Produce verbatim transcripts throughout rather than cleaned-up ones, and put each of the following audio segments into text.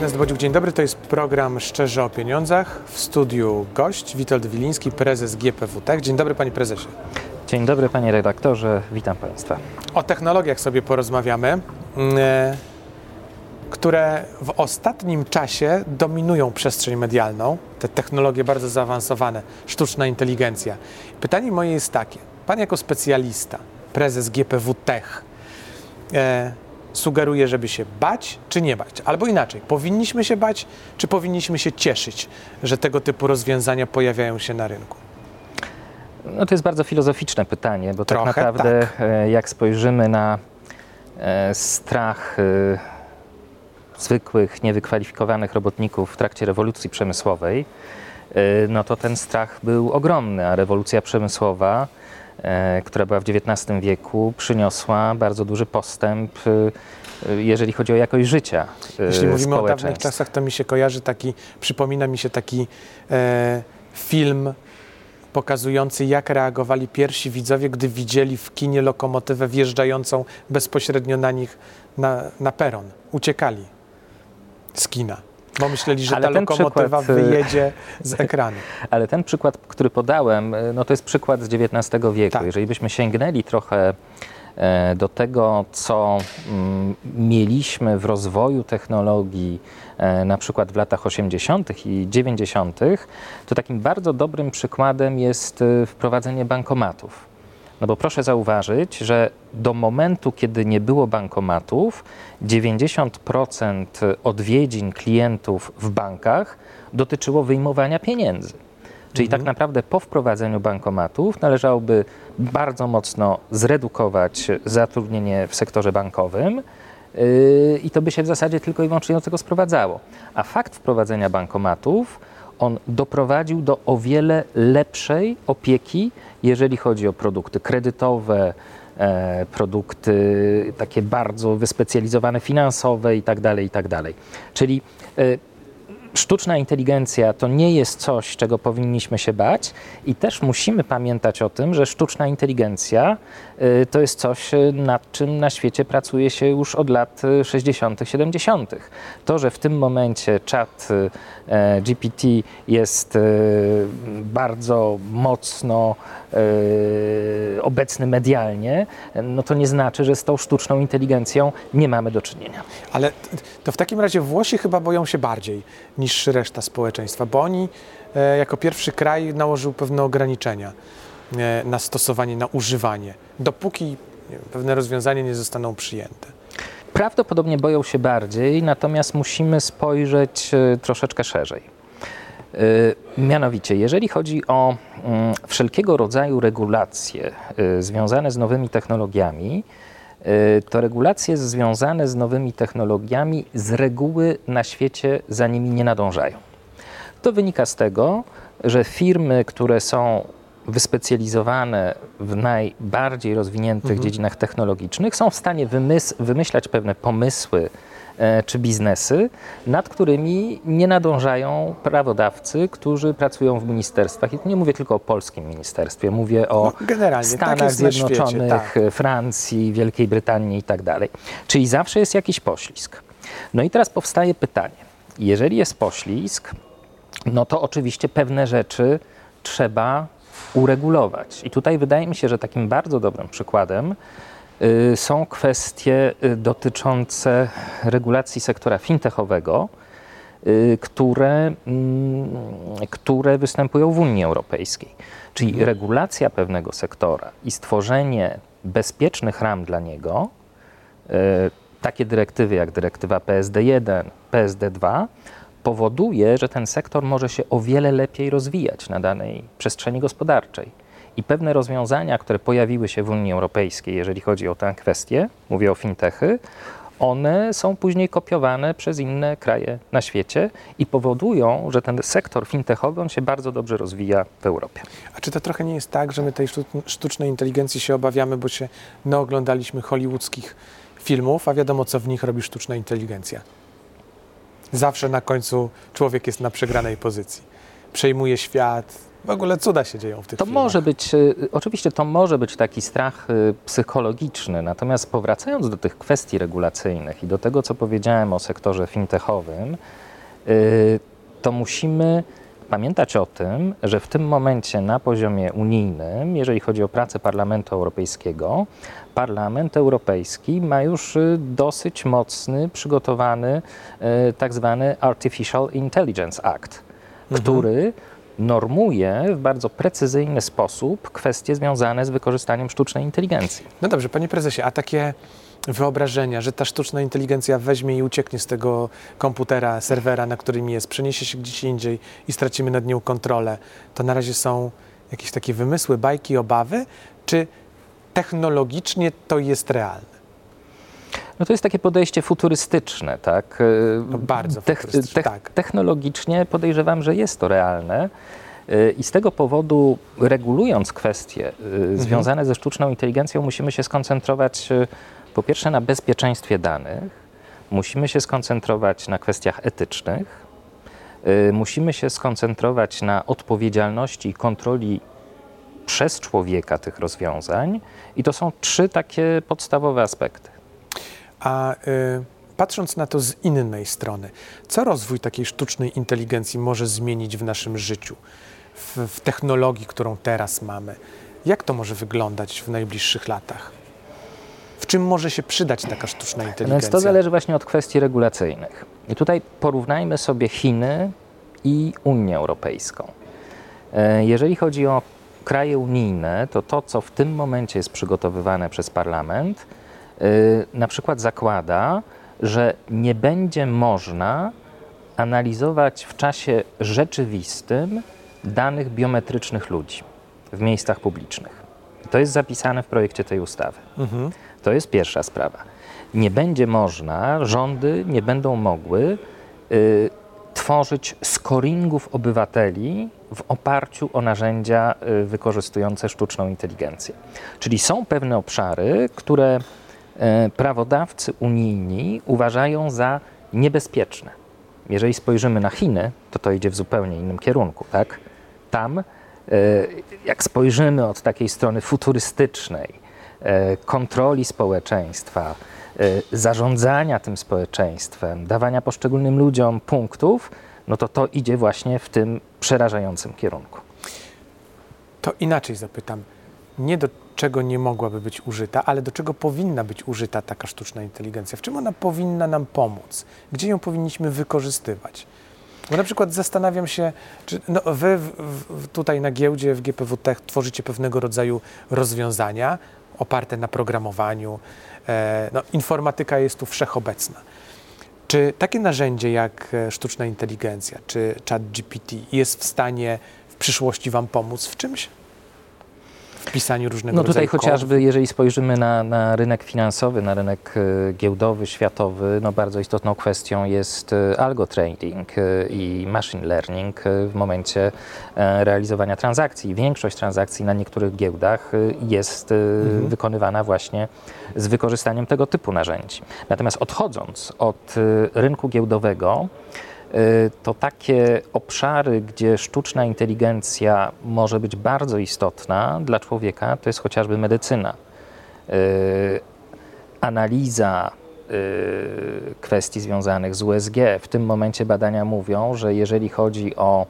Ernest Bodziuk, dzień dobry. To jest program Szczerze o Pieniądzach. W studiu gość Witold Wiliński, prezes G P W Tech. Dzień dobry, panie prezesie. Dzień dobry, panie redaktorze. Witam państwa. O technologiach sobie porozmawiamy, które w ostatnim czasie dominują przestrzeń medialną. Te technologie bardzo zaawansowane, sztuczna inteligencja. Pytanie moje jest takie. Pan jako specjalista, prezes G P W Tech, e, sugeruje, żeby się bać, czy nie bać? Albo inaczej, powinniśmy się bać, czy powinniśmy się cieszyć, że tego typu rozwiązania pojawiają się na rynku? No to jest bardzo filozoficzne pytanie, bo Trochę tak naprawdę tak. jak spojrzymy na e, strach e, zwykłych, niewykwalifikowanych robotników w trakcie rewolucji przemysłowej, e, no to ten strach był ogromny, a rewolucja przemysłowa, e, która była w dziewiętnastym wieku, przyniosła bardzo duży postęp, e, jeżeli chodzi o jakość życia e, Jeśli mówimy o dawnych czasach, to mi się kojarzy taki, przypomina mi się taki e, film pokazujący, jak reagowali pierwsi widzowie, gdy widzieli w kinie lokomotywę wjeżdżającą bezpośrednio na nich na, na peron. Uciekali z kina, bo myśleli, że Ale ta ten lokomotywa przykład, wyjedzie z ekranu. Ale ten przykład, który podałem, no to jest przykład z dziewiętnastego wieku. Tak. Jeżeli byśmy sięgnęli trochę e, do tego, co mm, mieliśmy w rozwoju technologii, e, na przykład w latach osiemdziesiątych i dziewięćdziesiątych, to takim bardzo dobrym przykładem jest e, wprowadzenie bankomatów. No bo proszę zauważyć, że do momentu, kiedy nie było bankomatów, dziewięćdziesiąt procent odwiedzin klientów w bankach dotyczyło wyjmowania pieniędzy. Czyli mhm. tak naprawdę po wprowadzeniu bankomatów należałoby bardzo mocno zredukować zatrudnienie w sektorze bankowym yy, i to by się w zasadzie tylko i wyłącznie do tego sprowadzało. A fakt wprowadzenia bankomatów, on doprowadził do o wiele lepszej opieki, jeżeli chodzi o produkty kredytowe, e, produkty takie bardzo wyspecjalizowane finansowe i tak dalej, i tak dalej. Czyli e, sztuczna inteligencja to nie jest coś, czego powinniśmy się bać i też musimy pamiętać o tym, że sztuczna inteligencja y, to jest coś, nad czym na świecie pracuje się już od lat sześćdziesiątych, siedemdziesiątych. To, że w tym momencie czat y, G P T jest y, bardzo mocno y, obecny medialnie, no to nie znaczy, że z tą sztuczną inteligencją nie mamy do czynienia. Ale to w takim razie Włosi chyba boją się bardziej niż reszta społeczeństwa, bo oni e, jako pierwszy kraj nałożył pewne ograniczenia e, na stosowanie, na używanie, dopóki nie wiem, pewne rozwiązania nie zostaną przyjęte. Prawdopodobnie boją się bardziej, natomiast musimy spojrzeć e, troszeczkę szerzej. E, mianowicie, jeżeli chodzi o mm, wszelkiego rodzaju regulacje e, związane z nowymi technologiami, to regulacje związane z nowymi technologiami z reguły na świecie za nimi nie nadążają. To wynika z tego, że firmy, które są wyspecjalizowane w najbardziej rozwiniętych mhm. dziedzinach technologicznych, są w stanie wymys- wymyślać pewne pomysły e, czy biznesy, nad którymi nie nadążają prawodawcy, którzy pracują w ministerstwach. I nie mówię tylko o polskim ministerstwie, mówię o no, Stanach tak Zjednoczonych, świecie, tak. Francji, Wielkiej Brytanii i tak dalej. Czyli zawsze jest jakiś poślizg. No i teraz powstaje pytanie. Jeżeli jest poślizg, no to oczywiście pewne rzeczy trzeba uregulować. I tutaj wydaje mi się, że takim bardzo dobrym przykładem y, są kwestie y, dotyczące regulacji sektora fintechowego, y, które, y, które występują w Unii Europejskiej. Czyli mhm. regulacja pewnego sektora i stworzenie bezpiecznych ram dla niego, y, takie dyrektywy jak dyrektywa P S D jeden, P S D dwa, powoduje, że ten sektor może się o wiele lepiej rozwijać na danej przestrzeni gospodarczej. I pewne rozwiązania, które pojawiły się w Unii Europejskiej, jeżeli chodzi o tę kwestię, mówię o fintechy, one są później kopiowane przez inne kraje na świecie i powodują, że ten sektor fintechowy on się bardzo dobrze rozwija w Europie. A czy to trochę nie jest tak, że my tej sztucznej inteligencji się obawiamy, bo się naoglądaliśmy hollywoodzkich filmów, a wiadomo, co w nich robi sztuczna inteligencja? Zawsze na końcu człowiek jest na przegranej pozycji. Przejmuje świat, W ogóle cuda się dzieją w tych To filmach. może być, y, oczywiście to może być taki strach y, psychologiczny, natomiast powracając do tych kwestii regulacyjnych i do tego, co powiedziałem o sektorze fintechowym, y, to musimy pamiętać o tym, że w tym momencie na poziomie unijnym, jeżeli chodzi o pracę Parlamentu Europejskiego, Parlament Europejski ma już y, dosyć mocny, przygotowany y, tak zwany Artificial Intelligence Act, Mhm. który normuje w bardzo precyzyjny sposób kwestie związane z wykorzystaniem sztucznej inteligencji. No dobrze, panie prezesie, a takie wyobrażenia, że ta sztuczna inteligencja weźmie i ucieknie z tego komputera, serwera, na którym jest, przeniesie się gdzieś indziej i stracimy nad nią kontrolę, to na razie są jakieś takie wymysły, bajki, obawy, czy technologicznie to jest realne? No to jest takie podejście futurystyczne, tak? No bardzo Tech- futurystyczne, tech- tak. Technologicznie podejrzewam, że jest to realne. Y, I z tego powodu, regulując kwestie y, związane ze sztuczną inteligencją, musimy się skoncentrować y, po pierwsze na bezpieczeństwie danych, musimy się skoncentrować na kwestiach etycznych, y, musimy się skoncentrować na odpowiedzialności i kontroli przez człowieka tych rozwiązań i to są trzy takie podstawowe aspekty. A y, patrząc na to z innej strony, co rozwój takiej sztucznej inteligencji może zmienić w naszym życiu, w, w technologii, którą teraz mamy? Jak to może wyglądać w najbliższych latach? W czym może się przydać taka sztuczna inteligencja? Więc to zależy właśnie od kwestii regulacyjnych. I tutaj porównajmy sobie Chiny i Unię Europejską. E, Jeżeli chodzi o kraje unijne, to to, co w tym momencie jest przygotowywane przez Parlament, e, na przykład zakłada, że nie będzie można analizować w czasie rzeczywistym danych biometrycznych ludzi w miejscach publicznych. To jest zapisane w projekcie tej ustawy. Mhm. To jest pierwsza sprawa. Nie będzie można, rządy nie będą mogły y, tworzyć scoringów obywateli w oparciu o narzędzia y, wykorzystujące sztuczną inteligencję. Czyli są pewne obszary, które y, prawodawcy unijni uważają za niebezpieczne. Jeżeli spojrzymy na Chiny, to to idzie w zupełnie innym kierunku, tak? Tam, y, jak spojrzymy od takiej strony futurystycznej, kontroli społeczeństwa, zarządzania tym społeczeństwem, dawania poszczególnym ludziom punktów, no to to idzie właśnie w tym przerażającym kierunku. To inaczej zapytam. Nie do czego nie mogłaby być użyta, ale do czego powinna być użyta taka sztuczna inteligencja? W czym ona powinna nam pomóc? Gdzie ją powinniśmy wykorzystywać? Bo na przykład zastanawiam się, czy no wy w, w, tutaj na giełdzie w G P W Tech tworzycie pewnego rodzaju rozwiązania oparte na programowaniu. E, no, informatyka jest tu wszechobecna. Czy takie narzędzie jak sztuczna inteligencja, czy ChatGPT jest w stanie w przyszłości wam pomóc w czymś? W pisaniu różnego No tutaj rodzaju chociażby, kodów? jeżeli spojrzymy na, na rynek finansowy, na rynek e, giełdowy, światowy, no bardzo istotną kwestią jest e, algo trading e, i machine learning e, w momencie e, realizowania transakcji. Większość transakcji na niektórych giełdach e, jest e, Mhm. wykonywana właśnie z wykorzystaniem tego typu narzędzi. Natomiast odchodząc od e, rynku giełdowego, to takie obszary, gdzie sztuczna inteligencja może być bardzo istotna dla człowieka, to jest chociażby medycyna. Yy, analiza yy, kwestii związanych z U S G. W tym momencie badania mówią, że jeżeli chodzi o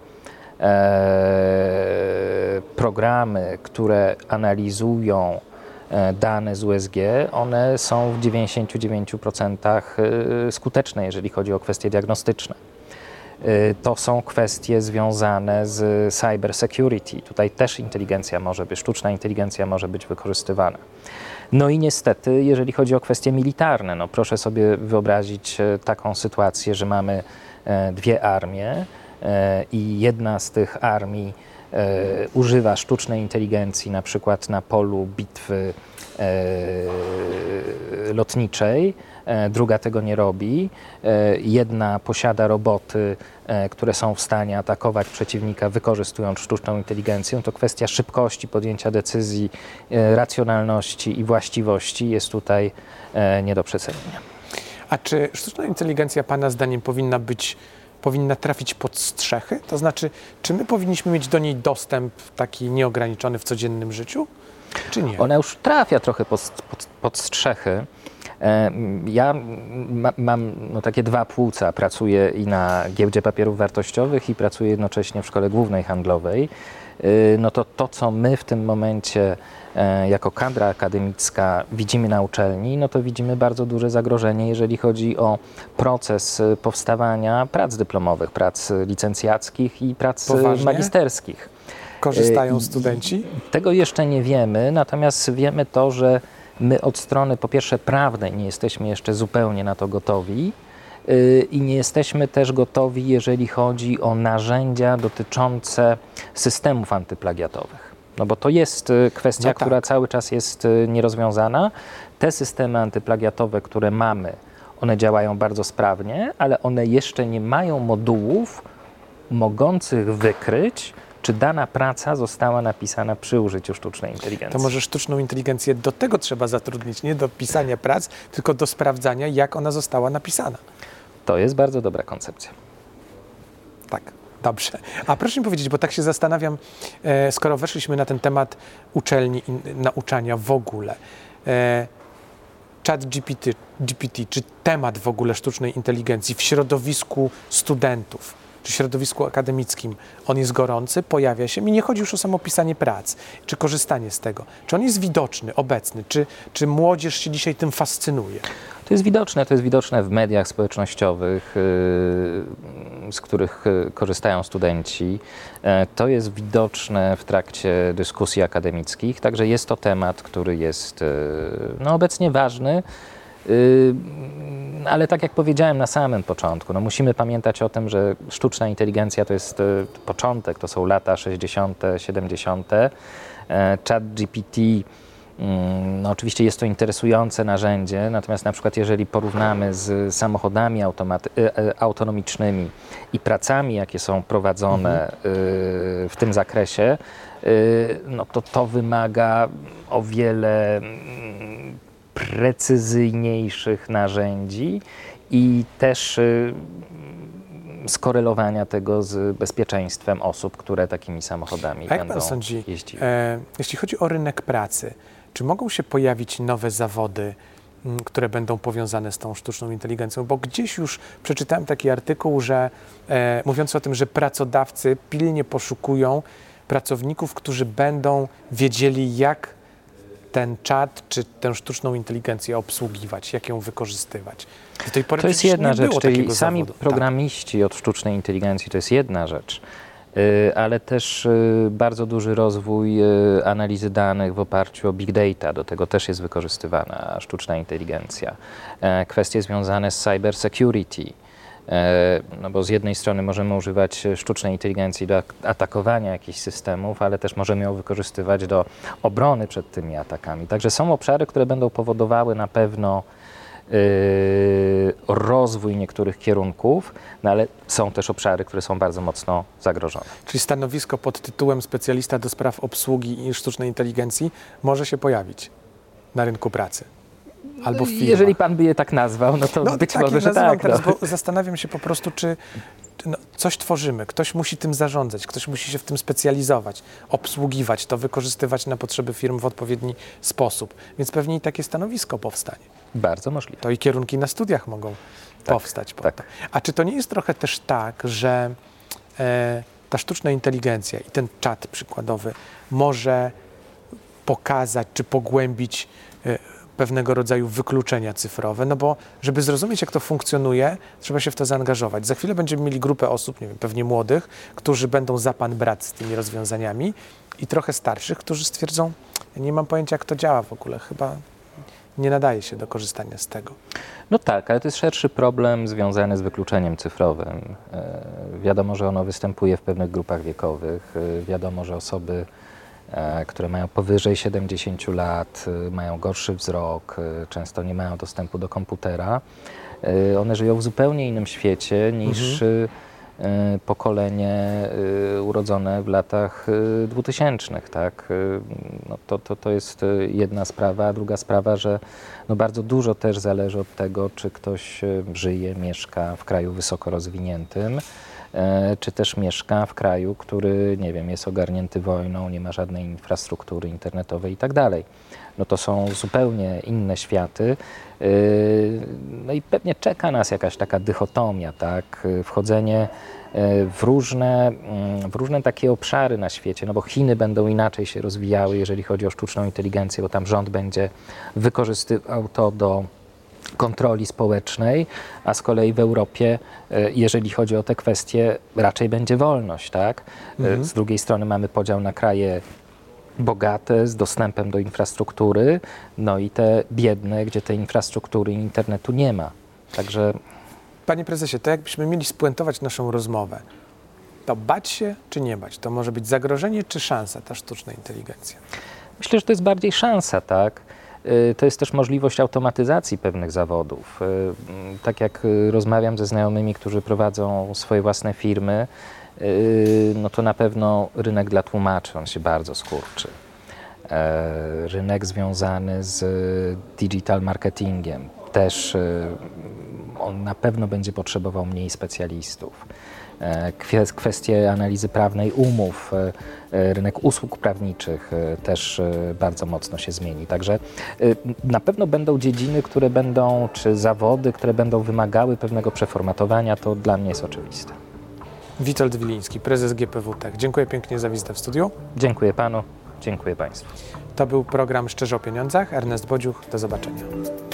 e, programy, które analizują e, dane z U S G, one są w dziewięćdziesięciu dziewięciu procentach skuteczne, jeżeli chodzi o kwestie diagnostyczne. To są kwestie związane z cyber security. Tutaj też inteligencja może być, sztuczna inteligencja może być wykorzystywana. No i niestety, jeżeli chodzi o kwestie militarne, no proszę sobie wyobrazić taką sytuację, że mamy dwie armie i jedna z tych armii używa sztucznej inteligencji na przykład na polu bitwy lotniczej, druga tego nie robi. Jedna posiada roboty, które są w stanie atakować przeciwnika wykorzystując sztuczną inteligencję. To kwestia szybkości podjęcia decyzji, racjonalności i właściwości jest tutaj nie do przecenienia. A czy sztuczna inteligencja Pana zdaniem powinna być powinna trafić pod strzechy? To znaczy, czy my powinniśmy mieć do niej dostęp taki nieograniczony w codziennym życiu, czy nie? Ona już trafia trochę pod, pod, pod strzechy. Ja ma, mam no, takie dwa płuca. Pracuję i na Giełdzie Papierów Wartościowych i pracuję jednocześnie w Szkole Głównej Handlowej. No to to, co my w tym momencie jako kadra akademicka widzimy na uczelni, no to widzimy bardzo duże zagrożenie, jeżeli chodzi o proces powstawania prac dyplomowych, prac licencjackich i prac Poważnie? magisterskich. Korzystają studenci? Tego jeszcze nie wiemy, natomiast wiemy to, że my od strony po pierwsze prawnej nie jesteśmy jeszcze zupełnie na to gotowi yy, i nie jesteśmy też gotowi, jeżeli chodzi o narzędzia dotyczące systemów antyplagiatowych. No bo to jest y, kwestia, No tak. która cały czas jest y, nierozwiązana. Te systemy antyplagiatowe, które mamy, one działają bardzo sprawnie, ale one jeszcze nie mają modułów mogących wykryć, czy dana praca została napisana przy użyciu sztucznej inteligencji. To może sztuczną inteligencję do tego trzeba zatrudnić, nie do pisania prac, tylko do sprawdzania, jak ona została napisana. To jest bardzo dobra koncepcja. Tak, dobrze. A proszę mi powiedzieć, bo tak się zastanawiam, e, skoro weszliśmy na ten temat uczelni i nauczania w ogóle, e, Chat G P T, G P T, czy temat w ogóle sztucznej inteligencji w środowisku studentów, czy środowisku akademickim, on jest gorący, pojawia się. Mi nie chodzi już o samo pisanie prac, czy korzystanie z tego. Czy on jest widoczny, obecny, czy, czy młodzież się dzisiaj tym fascynuje? To jest widoczne, to jest widoczne w mediach społecznościowych, z których korzystają studenci. To jest widoczne w trakcie dyskusji akademickich, także jest to temat, który jest no, obecnie ważny. Ale tak jak powiedziałem na samym początku, no musimy pamiętać o tym, że sztuczna inteligencja to jest początek, to są lata sześćdziesiąte, siedemdziesiąte. Chat G P T, no oczywiście jest to interesujące narzędzie, natomiast na przykład jeżeli porównamy z samochodami autonomicznymi i pracami, jakie są prowadzone mhm. w tym zakresie, no to to wymaga o wiele precyzyjniejszych narzędzi i też y, skorelowania tego z bezpieczeństwem osób, które takimi samochodami A jak będą pan sądzi, jeździły. E, jeśli chodzi o rynek pracy, czy mogą się pojawić nowe zawody, m, które będą powiązane z tą sztuczną inteligencją? Bo gdzieś już przeczytałem taki artykuł, że e, mówiący o tym, że pracodawcy pilnie poszukują pracowników, którzy będą wiedzieli, jak ten czat czy tę sztuczną inteligencję obsługiwać, jak ją wykorzystywać. Do tej pory To jest przecież jedna nie rzecz, było czyli takiego sami zawodu. programiści tak. od sztucznej inteligencji to jest jedna rzecz, y, ale też y, bardzo duży rozwój y, analizy danych w oparciu o big data, do tego też jest wykorzystywana sztuczna inteligencja. E, kwestie związane z cyber security. No bo z jednej strony możemy używać sztucznej inteligencji do atakowania jakichś systemów, ale też możemy ją wykorzystywać do obrony przed tymi atakami. Także są obszary, które będą powodowały na pewno yy, rozwój niektórych kierunków, no ale są też obszary, które są bardzo mocno zagrożone. Czyli stanowisko pod tytułem specjalista do spraw obsługi i sztucznej inteligencji może się pojawić na rynku pracy. Albo w firmach. Jeżeli pan by je tak nazwał, no to no, być tak może, że tak. Teraz, No. bo zastanawiam się po prostu, czy, czy no, coś tworzymy, ktoś musi tym zarządzać, ktoś musi się w tym specjalizować, obsługiwać to, wykorzystywać na potrzeby firm w odpowiedni sposób. Więc pewnie i takie stanowisko powstanie. Bardzo możliwe. To i kierunki na studiach mogą tak, powstać. Po tak. to. A czy to nie jest trochę też tak, że e, ta sztuczna inteligencja i ten czat przykładowy może pokazać czy pogłębić e, pewnego rodzaju wykluczenia cyfrowe, no bo żeby zrozumieć, jak to funkcjonuje, trzeba się w to zaangażować. Za chwilę będziemy mieli grupę osób, nie wiem, pewnie młodych, którzy będą za pan brat z tymi rozwiązaniami i trochę starszych, którzy stwierdzą, ja nie mam pojęcia, jak to działa w ogóle, chyba nie nadaje się do korzystania z tego. No tak, ale to jest szerszy problem związany z wykluczeniem cyfrowym. E, wiadomo, że ono występuje w pewnych grupach wiekowych. E, wiadomo, że osoby które mają powyżej siedemdziesięciu lat, mają gorszy wzrok, często nie mają dostępu do komputera. One żyją w zupełnie innym świecie niż mhm. pokolenie urodzone w latach dwutysięcznych, tak? No to, to, to jest jedna sprawa, a druga sprawa, że no bardzo dużo też zależy od tego, czy ktoś żyje, mieszka w kraju wysoko rozwiniętym, czy też mieszka w kraju, który, nie wiem, jest ogarnięty wojną, nie ma żadnej infrastruktury internetowej i tak dalej. No to są zupełnie inne światy. No i pewnie czeka nas jakaś taka dychotomia, tak? Wchodzenie w różne, w różne takie obszary na świecie, no bo Chiny będą inaczej się rozwijały, jeżeli chodzi o sztuczną inteligencję, bo tam rząd będzie wykorzystywał to do kontroli społecznej, a z kolei w Europie, jeżeli chodzi o te kwestie, raczej będzie wolność, tak? Mhm. Z drugiej strony mamy podział na kraje bogate, z dostępem do infrastruktury, no i te biedne, gdzie tej infrastruktury i internetu nie ma. Także... Panie prezesie, to jakbyśmy mieli spuentować naszą rozmowę, to bać się czy nie bać? To może być zagrożenie czy szansa, ta sztuczna inteligencja? Myślę, że to jest bardziej szansa, tak? To jest też możliwość automatyzacji pewnych zawodów. Tak jak rozmawiam ze znajomymi, którzy prowadzą swoje własne firmy, no to na pewno rynek dla tłumaczy, on się bardzo skurczy. Rynek związany z digital marketingiem też on na pewno będzie potrzebował mniej specjalistów. Kwestie analizy prawnej umów, rynek usług prawniczych też bardzo mocno się zmieni. Także na pewno będą dziedziny, które będą, czy zawody, które będą wymagały pewnego przeformatowania, to dla mnie jest oczywiste. Witold Wiliński, prezes G P W Tech. Dziękuję pięknie za wizytę w studiu. Dziękuję panu, dziękuję państwu. To był program Szczerze o Pieniądzach. Ernest Bodziuch, do zobaczenia.